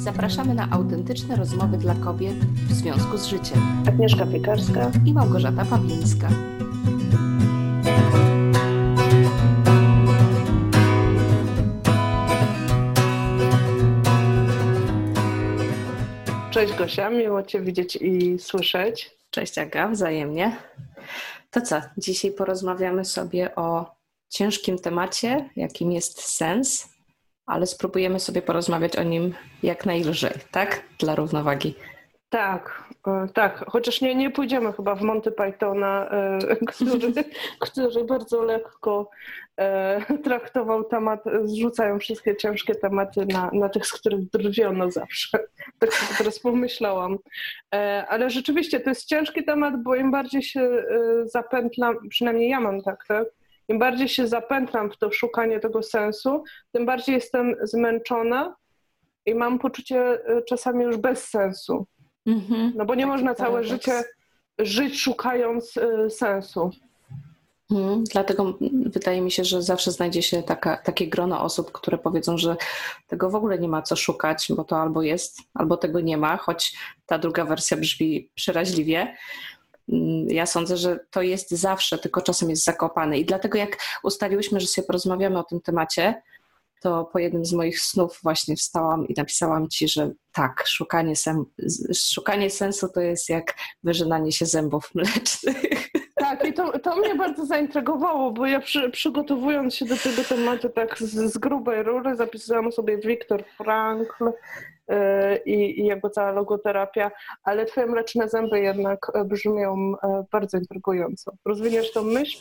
Zapraszamy na autentyczne rozmowy dla kobiet w związku z życiem. Agnieszka Piekarska i Małgorzata Pawlińska. Cześć Gosia, miło Cię widzieć i słyszeć. Cześć Aga, wzajemnie. To co, dzisiaj porozmawiamy sobie o ciężkim temacie, jakim jest sens, ale spróbujemy sobie porozmawiać o nim jak najlżej, tak? Dla równowagi. Tak, chociaż nie pójdziemy chyba w Monty Pythona, który bardzo lekko traktował temat, zrzucają wszystkie ciężkie tematy na tych, z których drwiono zawsze. Tak sobie teraz pomyślałam. Ale rzeczywiście to jest ciężki temat, bo im bardziej się zapętlam, przynajmniej ja mam tak? Im bardziej się zapętlam w to szukanie tego sensu, tym bardziej jestem zmęczona i mam poczucie czasami już bez sensu. No bo nie można całe życie żyć szukając sensu. Dlatego wydaje mi się, że zawsze znajdzie się takie grono osób, które powiedzą, że tego w ogóle nie ma co szukać, bo to albo jest, albo tego nie ma, choć ta druga wersja brzmi przeraźliwie. Ja sądzę, że to jest zawsze, tylko czasem jest zakopane. I dlatego jak ustaliłyśmy, że sobie porozmawiamy o tym temacie, to po jednym z moich snów właśnie wstałam i napisałam Ci, że tak, szukanie sensu to jest jak wyrzynanie się zębów mlecznych. Tak, i to mnie bardzo zaintrygowało, bo ja przygotowując się do tego tematu tak z grubej rury zapisałam sobie Viktor Frankl i jego cała logoterapia, ale Twoje mleczne zęby jednak brzmią bardzo intrygująco. Rozwiniesz tą myśl?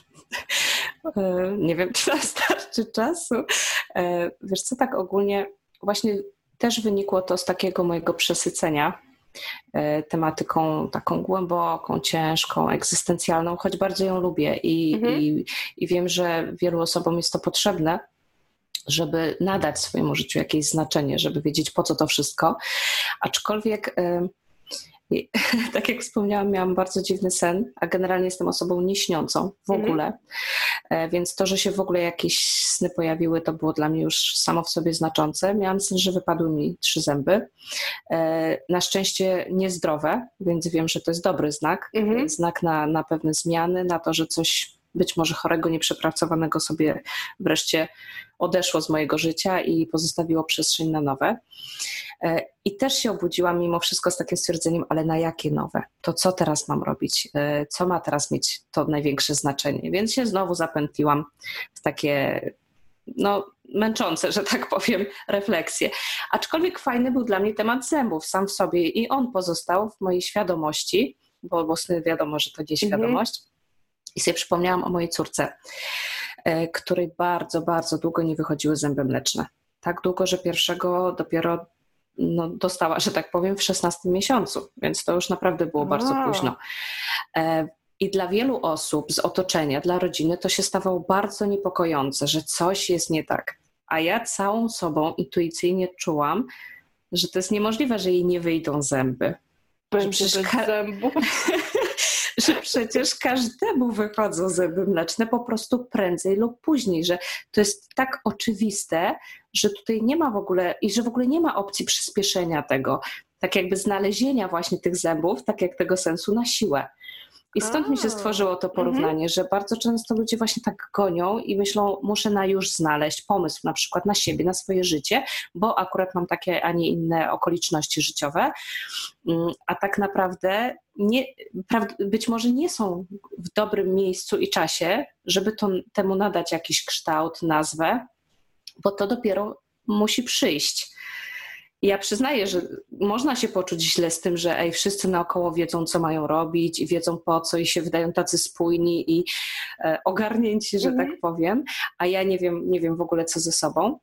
Nie wiem, czy nam starczy czasu. Wiesz co, tak ogólnie właśnie też wynikło to z takiego mojego przesycenia tematyką taką głęboką, ciężką, egzystencjalną, choć bardzo ją lubię i wiem, że wielu osobom jest to potrzebne, żeby nadać swojemu życiu jakieś znaczenie, żeby wiedzieć, po co to wszystko. Aczkolwiek tak jak wspomniałam, miałam bardzo dziwny sen, a generalnie jestem osobą nieśniącą w ogóle, więc to, że się w ogóle jakieś sny pojawiły, to było dla mnie już samo w sobie znaczące. Miałam sen, że wypadły mi 3 zęby. Na szczęście niezdrowe, więc wiem, że to jest dobry znak. Znak na pewne zmiany, na to, że coś być może chorego, nieprzepracowanego sobie wreszcie odeszło z mojego życia i pozostawiło przestrzeń na nowe. I też się obudziłam mimo wszystko z takim stwierdzeniem, ale na jakie nowe? To co teraz mam robić? Co ma teraz mieć to największe znaczenie? Więc się znowu zapętliłam w takie męczące, że tak powiem, refleksje. Aczkolwiek fajny był dla mnie temat zębów sam w sobie i on pozostał w mojej świadomości, bo sny wiadomo, że to nieświadomość. I sobie przypomniałam o mojej córce, której bardzo, bardzo długo nie wychodziły zęby mleczne. Tak długo, że pierwszego dopiero dostała, że tak powiem, w 16 miesiącu, więc to już naprawdę było bardzo późno. I dla wielu osób z otoczenia, dla rodziny to się stawało bardzo niepokojące, że coś jest nie tak. A ja całą sobą intuicyjnie czułam, że to jest niemożliwe, że jej nie wyjdą zęby. Będzie bez zębów. Że przecież każdemu wychodzą zęby mleczne po prostu prędzej lub później, że to jest tak oczywiste, że tutaj nie ma w ogóle i że w ogóle nie ma opcji przyspieszenia tego, tak jakby znalezienia właśnie tych zębów, tak jak tego sensu na siłę. I stąd mi się stworzyło to porównanie, że bardzo często ludzie właśnie tak gonią i myślą, muszę na już znaleźć pomysł na przykład na siebie, na swoje życie, bo akurat mam takie, a nie inne okoliczności życiowe, a tak naprawdę być może nie są w dobrym miejscu i czasie, żeby temu nadać jakiś kształt, nazwę, bo to dopiero musi przyjść. Ja przyznaję, że można się poczuć źle z tym, że wszyscy naokoło wiedzą, co mają robić i wiedzą po co i się wydają tacy spójni i ogarnięci, że tak powiem, a ja nie wiem w ogóle, co ze sobą.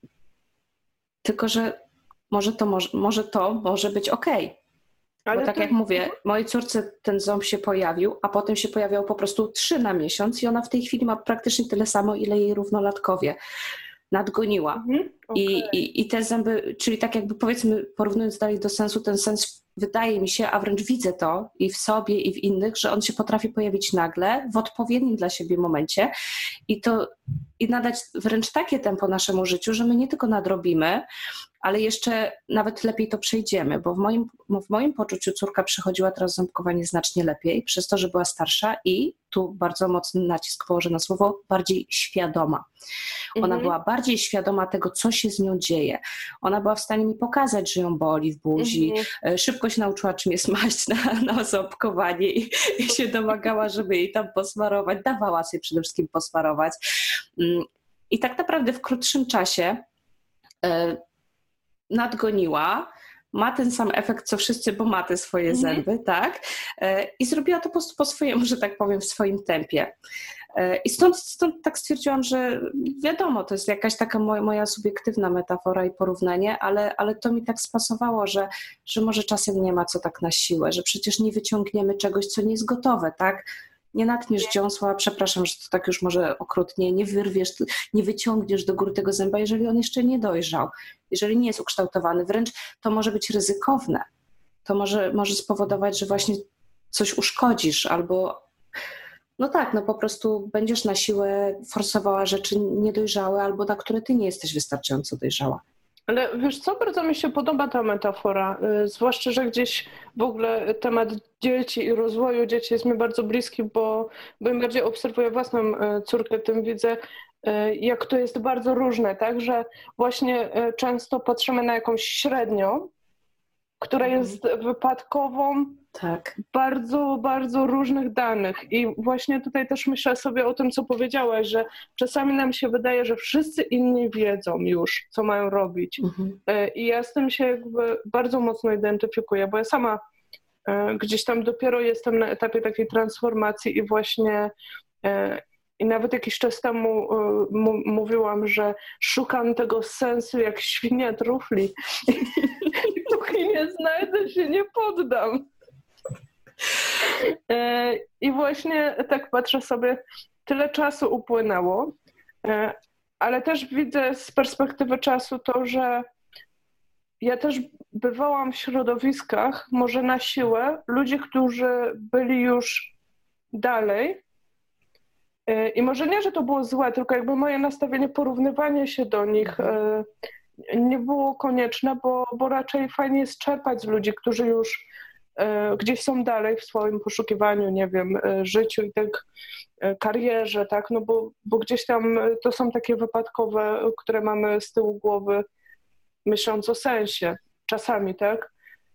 Tylko, że może to może być okej. Bo tak jak mówię, mojej córce ten ząb się pojawił, a potem się pojawiał po prostu 3 na miesiąc i ona w tej chwili ma praktycznie tyle samo, ile jej równolatkowie. Nadgoniła. I te zęby, czyli tak jakby powiedzmy, porównując dalej do sensu, ten sens wydaje mi się, a wręcz widzę to i w sobie, i w innych, że on się potrafi pojawić nagle, w odpowiednim dla siebie momencie i nadać wręcz takie tempo naszemu życiu, że my nie tylko nadrobimy, ale jeszcze nawet lepiej to przejdziemy, bo w moim poczuciu córka przechodziła teraz ząbkowanie znacznie lepiej, przez to, że była starsza i tu bardzo mocny nacisk położę na słowo, bardziej świadoma. Ona była bardziej świadoma tego, co się z nią dzieje. Ona była w stanie mi pokazać, że ją boli w buzi. Szybko się nauczyła, czym jest maść na ząbkowanie i się domagała, żeby jej tam posmarować. Dawała sobie przede wszystkim posmarować. I tak naprawdę w krótszym czasie nadgoniła, ma ten sam efekt co wszyscy, bo ma te swoje zęby, tak? I zrobiła to po prostu po swojemu, że tak powiem, w swoim tempie. I stąd tak stwierdziłam, że wiadomo, to jest jakaś taka moja subiektywna metafora i porównanie, ale to mi tak spasowało, że może czasem nie ma co tak na siłę, że przecież nie wyciągniemy czegoś, co nie jest gotowe, tak? Nie natniesz dziąsła, przepraszam, że to tak już może okrutnie, nie wyrwiesz, nie wyciągniesz do góry tego zęba, jeżeli on jeszcze nie dojrzał, jeżeli nie jest ukształtowany, wręcz to może być ryzykowne. To może spowodować, że właśnie coś uszkodzisz albo po prostu będziesz na siłę forsowała rzeczy niedojrzałe albo na które ty nie jesteś wystarczająco dojrzała. Ale wiesz co, bardzo mi się podoba ta metafora, zwłaszcza, że gdzieś w ogóle temat dzieci i rozwoju dzieci jest mi bardzo bliski, bo im bardziej obserwuję własną córkę, tym widzę, jak to jest bardzo różne, tak, że właśnie często patrzymy na jakąś średnią, która jest wypadkową bardzo, bardzo różnych danych. I właśnie tutaj też myślę sobie o tym, co powiedziałaś, że czasami nam się wydaje, że wszyscy inni wiedzą już, co mają robić. I ja z tym się jakby bardzo mocno identyfikuję, bo ja sama gdzieś tam dopiero jestem na etapie takiej transformacji i właśnie i nawet jakiś czas temu mówiłam, że szukam tego sensu jak świnia trufli. I póki nie znajdę, się nie poddam. I właśnie tak patrzę sobie, tyle czasu upłynęło, ale też widzę z perspektywy czasu to, że ja też bywałam w środowiskach, może na siłę, ludzi, którzy byli już dalej. I może nie, że to było złe, tylko jakby moje nastawienie, porównywanie się do nich nie było konieczne, bo raczej fajnie jest czerpać z ludzi, którzy już gdzieś są dalej w swoim poszukiwaniu, nie wiem, życiu i tak karierze, tak, no bo gdzieś tam to są takie wypadkowe, które mamy z tyłu głowy, myśląc o sensie, czasami, tak.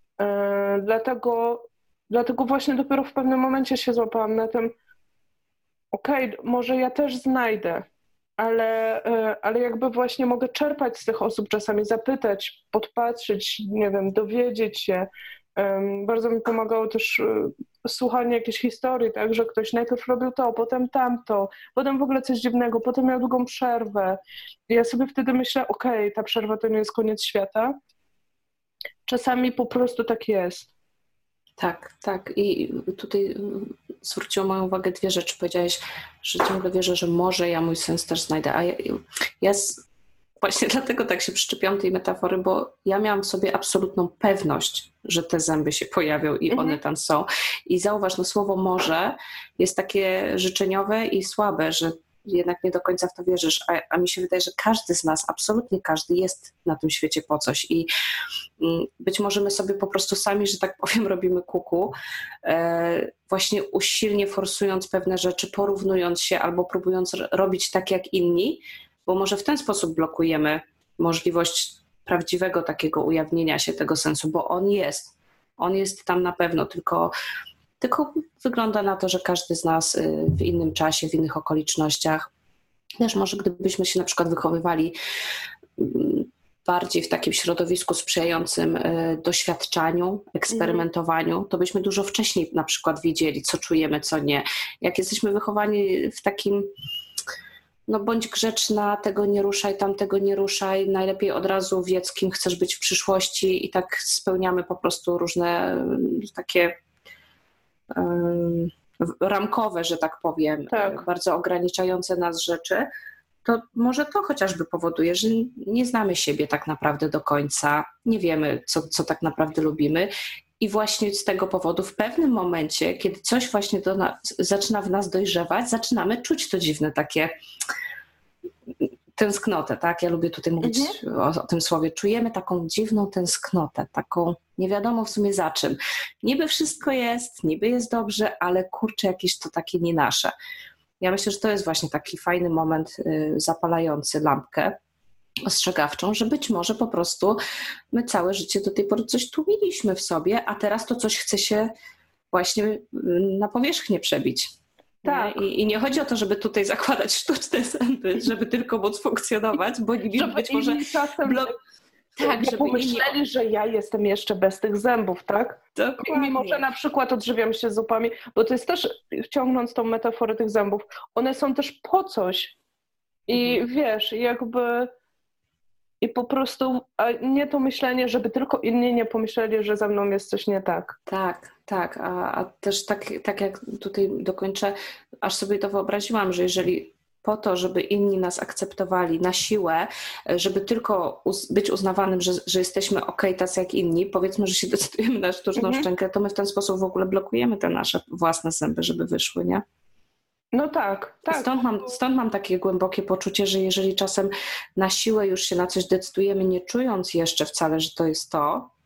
Dlatego właśnie dopiero w pewnym momencie się złapałam na tym, okej, może ja też znajdę, ale jakby właśnie mogę czerpać z tych osób czasami, zapytać, podpatrzeć, nie wiem, dowiedzieć się. Bardzo mi pomagało też słuchanie jakiejś historii, tak, że ktoś najpierw robił to, potem tamto, potem w ogóle coś dziwnego, potem miał długą przerwę. I ja sobie wtedy myślę, okej, ta przerwa to nie jest koniec świata. Czasami po prostu tak jest. Tak. I tutaj zwróciło moją uwagę dwie rzeczy. Powiedziałeś, że ciągle wierzę, że może ja mój sens też znajdę. A ja właśnie dlatego tak się przyczepiłam tej metafory, bo ja miałam w sobie absolutną pewność, że te zęby się pojawią i one tam są. I zauważ, słowo może jest takie życzeniowe i słabe, że jednak nie do końca w to wierzysz, a mi się wydaje, że każdy z nas, absolutnie każdy jest na tym świecie po coś i być może my sobie po prostu sami, że tak powiem, robimy kuku, właśnie usilnie forsując pewne rzeczy, porównując się albo próbując robić tak jak inni, bo może w ten sposób blokujemy możliwość prawdziwego takiego ujawnienia się tego sensu, bo on jest tam na pewno, tylko wygląda na to, że każdy z nas w innym czasie, w innych okolicznościach, też może gdybyśmy się na przykład wychowywali bardziej w takim środowisku sprzyjającym doświadczaniu, eksperymentowaniu, to byśmy dużo wcześniej na przykład wiedzieli, co czujemy, co nie. Jak jesteśmy wychowani w takim bądź grzeczna, tego nie ruszaj, tamtego nie ruszaj, najlepiej od razu wiedz, kim chcesz być w przyszłości i tak spełniamy po prostu różne takie ramkowe, że tak powiem, bardzo ograniczające nas rzeczy, to może to chociażby powoduje, że nie znamy siebie tak naprawdę do końca, nie wiemy, co tak naprawdę lubimy I właśnie z tego powodu w pewnym momencie, kiedy coś właśnie zaczyna w nas dojrzewać, zaczynamy czuć to dziwne takie tęsknotę, tak? Ja lubię tutaj mówić o tym słowie. Czujemy taką dziwną tęsknotę, taką nie wiadomo w sumie za czym. Niby wszystko jest, niby jest dobrze, ale kurczę, jakieś to takie nie nasze. Ja myślę, że to jest właśnie taki fajny moment zapalający lampkę ostrzegawczą, że być może po prostu my całe życie do tej pory coś tłumiliśmy w sobie, a teraz to coś chce się właśnie na powierzchnię przebić. Tak. I nie chodzi o to, żeby tutaj zakładać sztuczne zęby, żeby tylko móc funkcjonować, bo żeby być może czasem tak, żeby pomyśleli, że ja jestem jeszcze bez tych zębów, tak? Dokładnie. Mimo, że na przykład odżywiam się zupami, bo to jest też, ciągnąc tą metaforę tych zębów, one są też po coś. I wiesz, jakby i po prostu, a nie to myślenie, żeby tylko inni nie pomyśleli, że ze mną jest coś nie tak. Tak, a też tak jak tutaj dokończę, aż sobie to wyobraziłam, że jeżeli po to, żeby inni nas akceptowali na siłę, żeby tylko być uznawanym, że jesteśmy okej, tacy jak inni, powiedzmy, że się decydujemy na sztuczną szczękę, to my w ten sposób w ogóle blokujemy te nasze własne zęby, żeby wyszły, nie? No tak. Stąd mam takie głębokie poczucie, że jeżeli czasem na siłę już się na coś decydujemy, nie czując jeszcze wcale, że to jest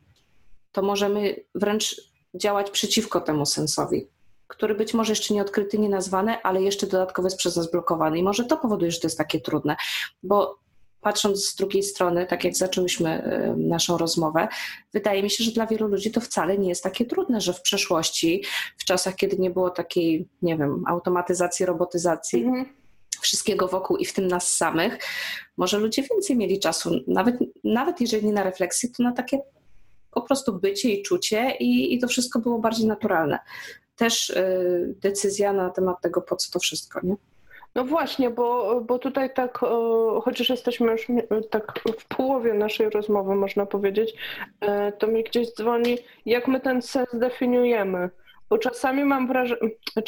to możemy wręcz działać przeciwko temu sensowi, który być może jeszcze nie odkryty, nie nazwany, ale jeszcze dodatkowo jest przez nas blokowany. I może to powoduje, że to jest takie trudne, bo patrząc z drugiej strony, tak jak zaczęłyśmy naszą rozmowę, wydaje mi się, że dla wielu ludzi to wcale nie jest takie trudne, że w przeszłości, w czasach, kiedy nie było takiej, nie wiem, automatyzacji, robotyzacji, wszystkiego wokół i w tym nas samych, może ludzie więcej mieli czasu, nawet jeżeli nie na refleksję, to na takie po prostu bycie i czucie i to wszystko było bardziej naturalne. Też decyzja na temat tego, po co to wszystko, nie? No właśnie, bo tutaj tak, chociaż jesteśmy już tak w połowie naszej rozmowy, można powiedzieć, to mi gdzieś dzwoni, jak my ten sens definiujemy. Bo czasami mam wrażenie,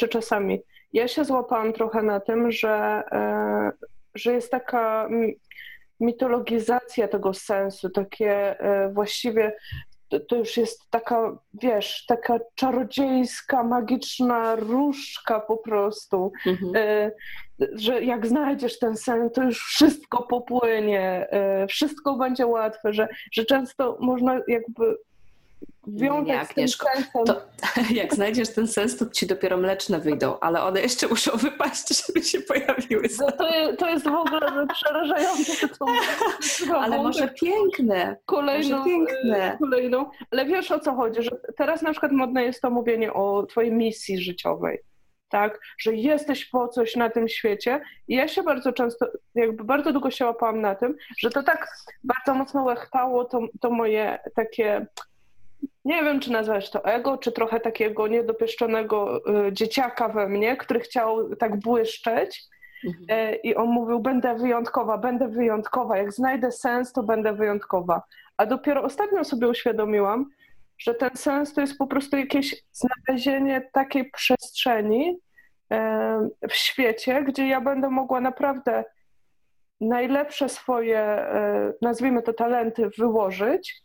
ja się złapałam trochę na tym, że jest taka mitologizacja tego sensu, takie właściwie to już jest taka, wiesz, taka czarodziejska, magiczna różdżka po prostu, że jak znajdziesz ten sen, to już wszystko popłynie, wszystko będzie łatwe, że często można jakby wiązać z tym sensem. To, jak znajdziesz ten sens, to ci dopiero mleczne wyjdą, ale one jeszcze muszą wypaść, żeby się pojawiły. To jest w ogóle przerażające. Ale może piękne. Kolejną. Ale wiesz, o co chodzi, że teraz na przykład modne jest to mówienie o twojej misji życiowej, tak? Że jesteś po coś na tym świecie i ja się bardzo często, jakby bardzo długo się łapałam na tym, że to tak bardzo mocno łechtało to moje takie, nie wiem, czy nazwać to ego, czy trochę takiego niedopieszczonego dzieciaka we mnie, który chciał tak błyszczeć. I on mówił, będę wyjątkowa, jak znajdę sens, to będę wyjątkowa. A dopiero ostatnio sobie uświadomiłam, że ten sens to jest po prostu jakieś znalezienie takiej przestrzeni w świecie, gdzie ja będę mogła naprawdę najlepsze swoje, nazwijmy to, talenty wyłożyć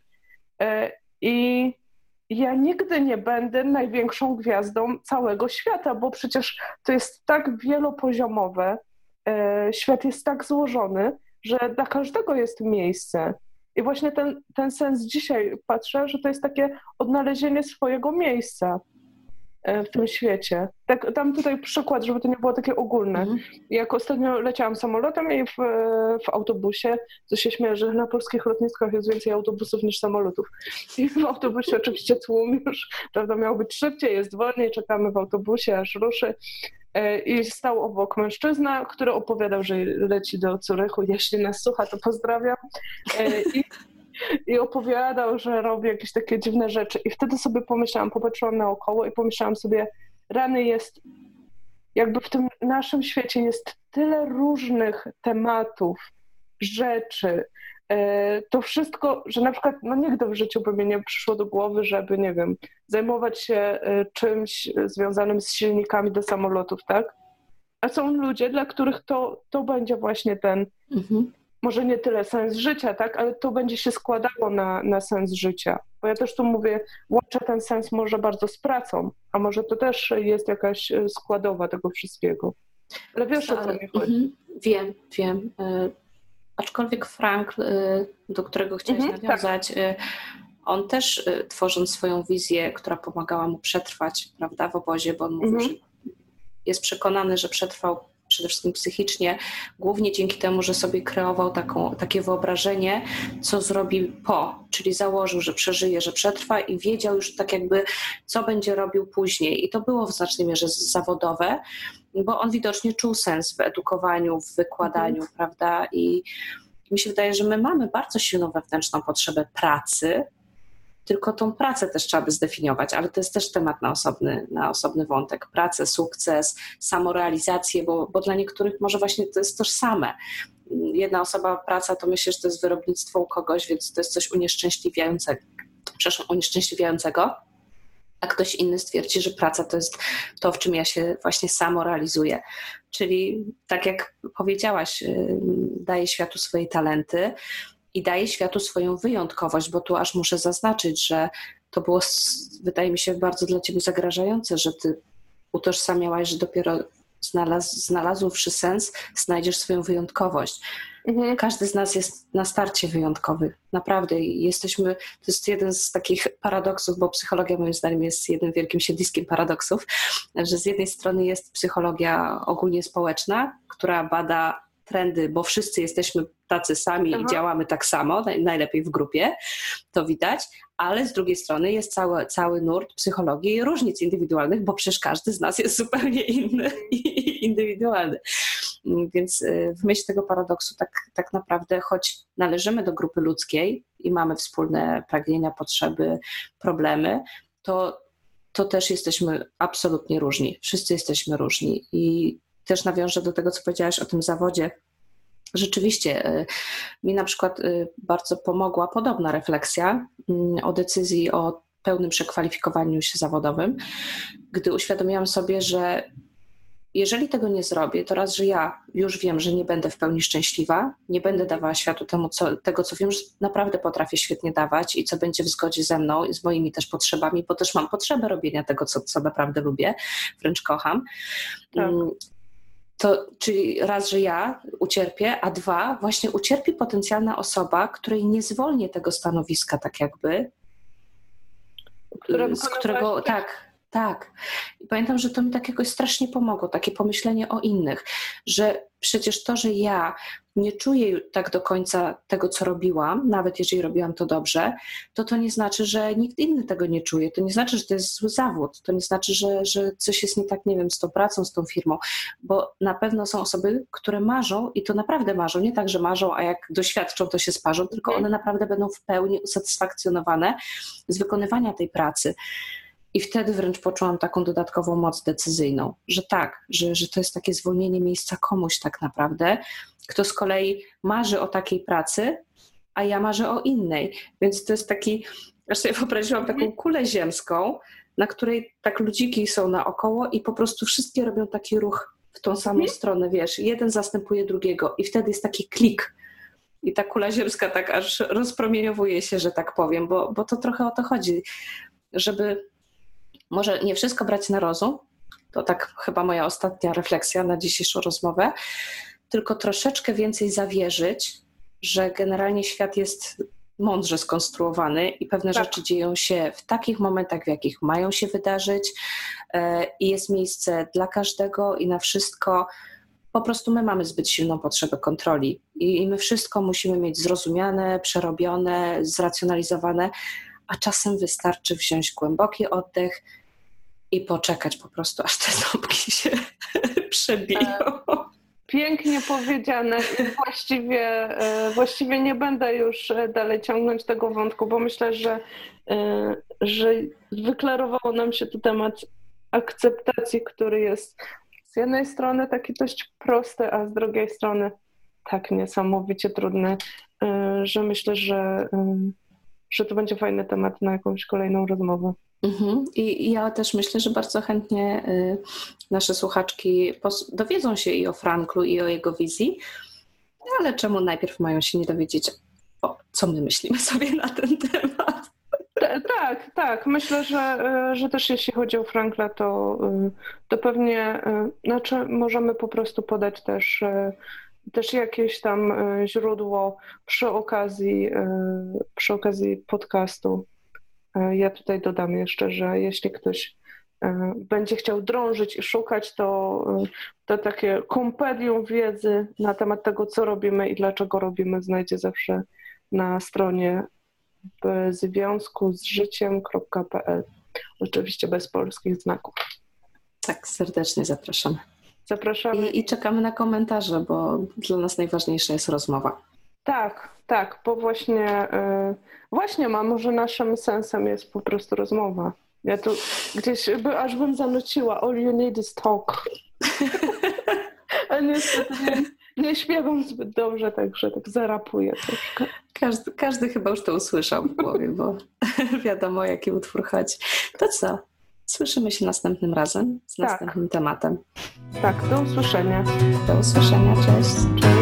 i ja nigdy nie będę największą gwiazdą całego świata, bo przecież to jest tak wielopoziomowe, świat jest tak złożony, że dla każdego jest miejsce. I właśnie ten sens dzisiaj patrzę, że to jest takie odnalezienie swojego miejsca w tym świecie. Tak, dam tutaj przykład, żeby to nie było takie ogólne. Jak ostatnio leciałam samolotem i w autobusie, to się śmieję, że na polskich lotniskach jest więcej autobusów niż samolotów. I w autobusie oczywiście tłum już, prawda, miało być szybciej, jest wolniej, czekamy w autobusie, aż ruszy. I stał obok mężczyzna, który opowiadał, że leci do Zurychu. Jeśli nas słucha, to pozdrawiam. I opowiadał, że robi jakieś takie dziwne rzeczy. I wtedy sobie pomyślałam, popatrzyłam naokoło i pomyślałam sobie, rany, jest, jakby w tym naszym świecie jest tyle różnych tematów, rzeczy. To wszystko, że na przykład nigdy w życiu by mi nie przyszło do głowy, żeby, nie wiem, zajmować się czymś związanym z silnikami do samolotów, tak? A są ludzie, dla których to będzie właśnie może nie tyle sens życia, tak, ale to będzie się składało na sens życia. Bo ja też tu mówię, łączę ten sens może bardzo z pracą, a może to też jest jakaś składowa tego wszystkiego. Ale wiesz, o co mi chodzi. Wiem. Aczkolwiek Frank, do którego chciałaś nawiązać, tak. On też tworząc swoją wizję, która pomagała mu przetrwać, prawda, w obozie, bo on mówił, że jest przekonany, że przetrwał przede wszystkim psychicznie, głównie dzięki temu, że sobie kreował takie wyobrażenie, co zrobi po, czyli założył, że przeżyje, że przetrwa i wiedział już tak jakby, co będzie robił później. I to było w znacznej mierze zawodowe, bo on widocznie czuł sens w edukowaniu, w wykładaniu, prawda? I mi się wydaje, że my mamy bardzo silną wewnętrzną potrzebę pracy, tylko tą pracę też trzeba by zdefiniować, ale to jest też temat na osobny wątek. Pracę, sukces, samorealizację, bo dla niektórych może właśnie to jest tożsame. Jedna osoba, praca, to myślę, że to jest wyrobnictwo u kogoś, więc to jest coś unieszczęśliwiającego, a ktoś inny stwierdzi, że praca to jest to, w czym ja się właśnie samorealizuję. Czyli tak jak powiedziałaś, daję światu swoje talenty, i daje światu swoją wyjątkowość, bo tu aż muszę zaznaczyć, że to było, wydaje mi się, bardzo dla ciebie zagrażające, że ty utożsamiałaś, że dopiero znalazłszy sens, znajdziesz swoją wyjątkowość. Każdy z nas jest na starcie wyjątkowy. Naprawdę. Jesteśmy, to jest jeden z takich paradoksów, bo psychologia moim zdaniem jest jednym wielkim siedliskiem paradoksów, że z jednej strony jest psychologia ogólnie społeczna, która bada trendy, bo wszyscy jesteśmy tacy sami i działamy tak samo, najlepiej w grupie, to widać, ale z drugiej strony jest cały nurt psychologii różnic indywidualnych, bo przecież każdy z nas jest zupełnie inny i indywidualny. Więc w myśl tego paradoksu tak naprawdę, choć należymy do grupy ludzkiej i mamy wspólne pragnienia, potrzeby, problemy, to też jesteśmy absolutnie różni. Wszyscy jesteśmy różni i też nawiążę do tego, co powiedziałaś o tym zawodzie. Rzeczywiście mi na przykład bardzo pomogła podobna refleksja o decyzji o pełnym przekwalifikowaniu się zawodowym, gdy uświadomiłam sobie, że jeżeli tego nie zrobię, to raz, że ja już wiem, że nie będę w pełni szczęśliwa, nie będę dawała światu tego, co wiem, że naprawdę potrafię świetnie dawać i co będzie w zgodzie ze mną i z moimi też potrzebami, bo też mam potrzebę robienia tego, co naprawdę lubię, wręcz kocham. Tak. To, czyli raz, że ja ucierpię, a dwa, właśnie ucierpi potencjalna osoba, której nie zwolnię tego stanowiska tak jakby, z którego, tak. I pamiętam, że to mi tak jakoś strasznie pomogło, takie pomyślenie o innych, że przecież to, że ja nie czuję tak do końca tego, co robiłam, nawet jeżeli robiłam to dobrze, to nie znaczy, że nikt inny tego nie czuje. To nie znaczy, że to jest zły zawód. To nie znaczy, że coś jest nie tak, nie wiem, z tą pracą, z tą firmą, bo na pewno są osoby, które marzą i to naprawdę marzą. Nie tak, że marzą, a jak doświadczą, to się sparzą, tylko one naprawdę będą w pełni usatysfakcjonowane z wykonywania tej pracy. I wtedy wręcz poczułam taką dodatkową moc decyzyjną, że tak, że to jest takie zwolnienie miejsca komuś tak naprawdę, kto z kolei marzy o takiej pracy, a ja marzę o innej. Więc to jest taki, aż sobie wyobraziłam taką kulę ziemską, na której tak ludziki są naokoło i po prostu wszystkie robią taki ruch w tą samą stronę, wiesz, jeden zastępuje drugiego i wtedy jest taki klik. I ta kula ziemska tak aż rozpromieniowuje się, że tak powiem, bo to trochę o to chodzi, żeby może nie wszystko brać na rozum, to tak chyba moja ostatnia refleksja na dzisiejszą rozmowę, tylko troszeczkę więcej zawierzyć, że generalnie świat jest mądrze skonstruowany i pewne rzeczy dzieją się w takich momentach, w jakich mają się wydarzyć i jest miejsce dla każdego i na wszystko. Po prostu my mamy zbyt silną potrzebę kontroli i my wszystko musimy mieć zrozumiane, przerobione, zracjonalizowane, a czasem wystarczy wziąć głęboki oddech i poczekać po prostu, aż te ząbki się przebiją. Pięknie powiedziane i właściwie nie będę już dalej ciągnąć tego wątku, bo myślę, że wyklarowało nam się tu temat akceptacji, który jest z jednej strony taki dość prosty, a z drugiej strony tak niesamowicie trudny, że myślę, że to będzie fajny temat na jakąś kolejną rozmowę. I ja też myślę, że bardzo chętnie nasze słuchaczki dowiedzą się i o Franklu, i o jego wizji. Ale czemu najpierw mają się nie dowiedzieć, co my myślimy sobie na ten temat? Tak. Myślę, że też jeśli chodzi o Frankla, to pewnie, znaczy możemy po prostu podać też jakieś tam źródło przy okazji podcastu. Ja tutaj dodam jeszcze, że jeśli ktoś będzie chciał drążyć i szukać, to takie kompendium wiedzy na temat tego, co robimy i dlaczego robimy, znajdzie zawsze na stronie w związku z życiem.pl. Oczywiście bez polskich znaków. Tak, serdecznie zapraszamy. Zapraszamy. I czekamy na komentarze, bo dla nas najważniejsza jest rozmowa. Tak, bo właśnie może naszym sensem jest po prostu rozmowa. Ja tu gdzieś aż bym zanuciła all you need is talk. A niestety nie śpiewam zbyt dobrze, także tak zarapuję troszkę. Każdy chyba już to usłyszał w głowie, bo wiadomo, o jaki utwór chodzi. To co? Słyszymy się następnym razem z następnym tematem. Tak, do usłyszenia. Do usłyszenia, cześć. Cześć.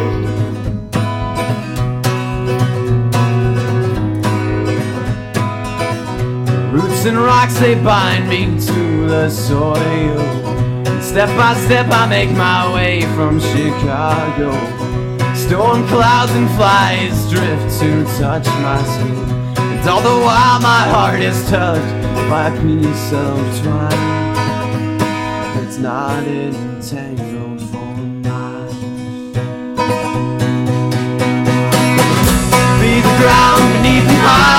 Roots and rocks, they bind me to the soil. Step by step I make my way from Chicago. Storm clouds and flies drift to touch my skin. And all the while my heart is touched by a piece of twine. It's not entangled for mine. Be the ground beneath my